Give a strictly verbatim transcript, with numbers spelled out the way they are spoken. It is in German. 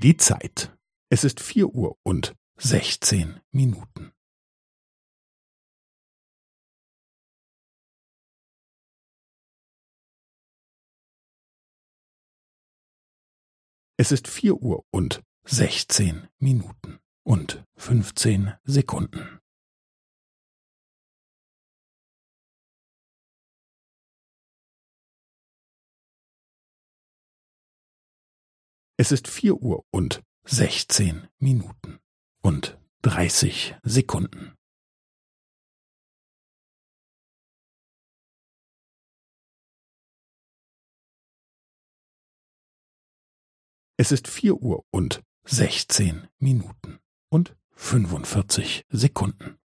Die Zeit. Es ist vier Uhr und sechzehn Minuten. Es ist vier Uhr und sechzehn Minuten und fünfzehn Sekunden. Es ist vier Uhr und sechzehn Minuten und dreißig Sekunden. Es ist vier Uhr und sechzehn Minuten und fünfundvierzig Sekunden.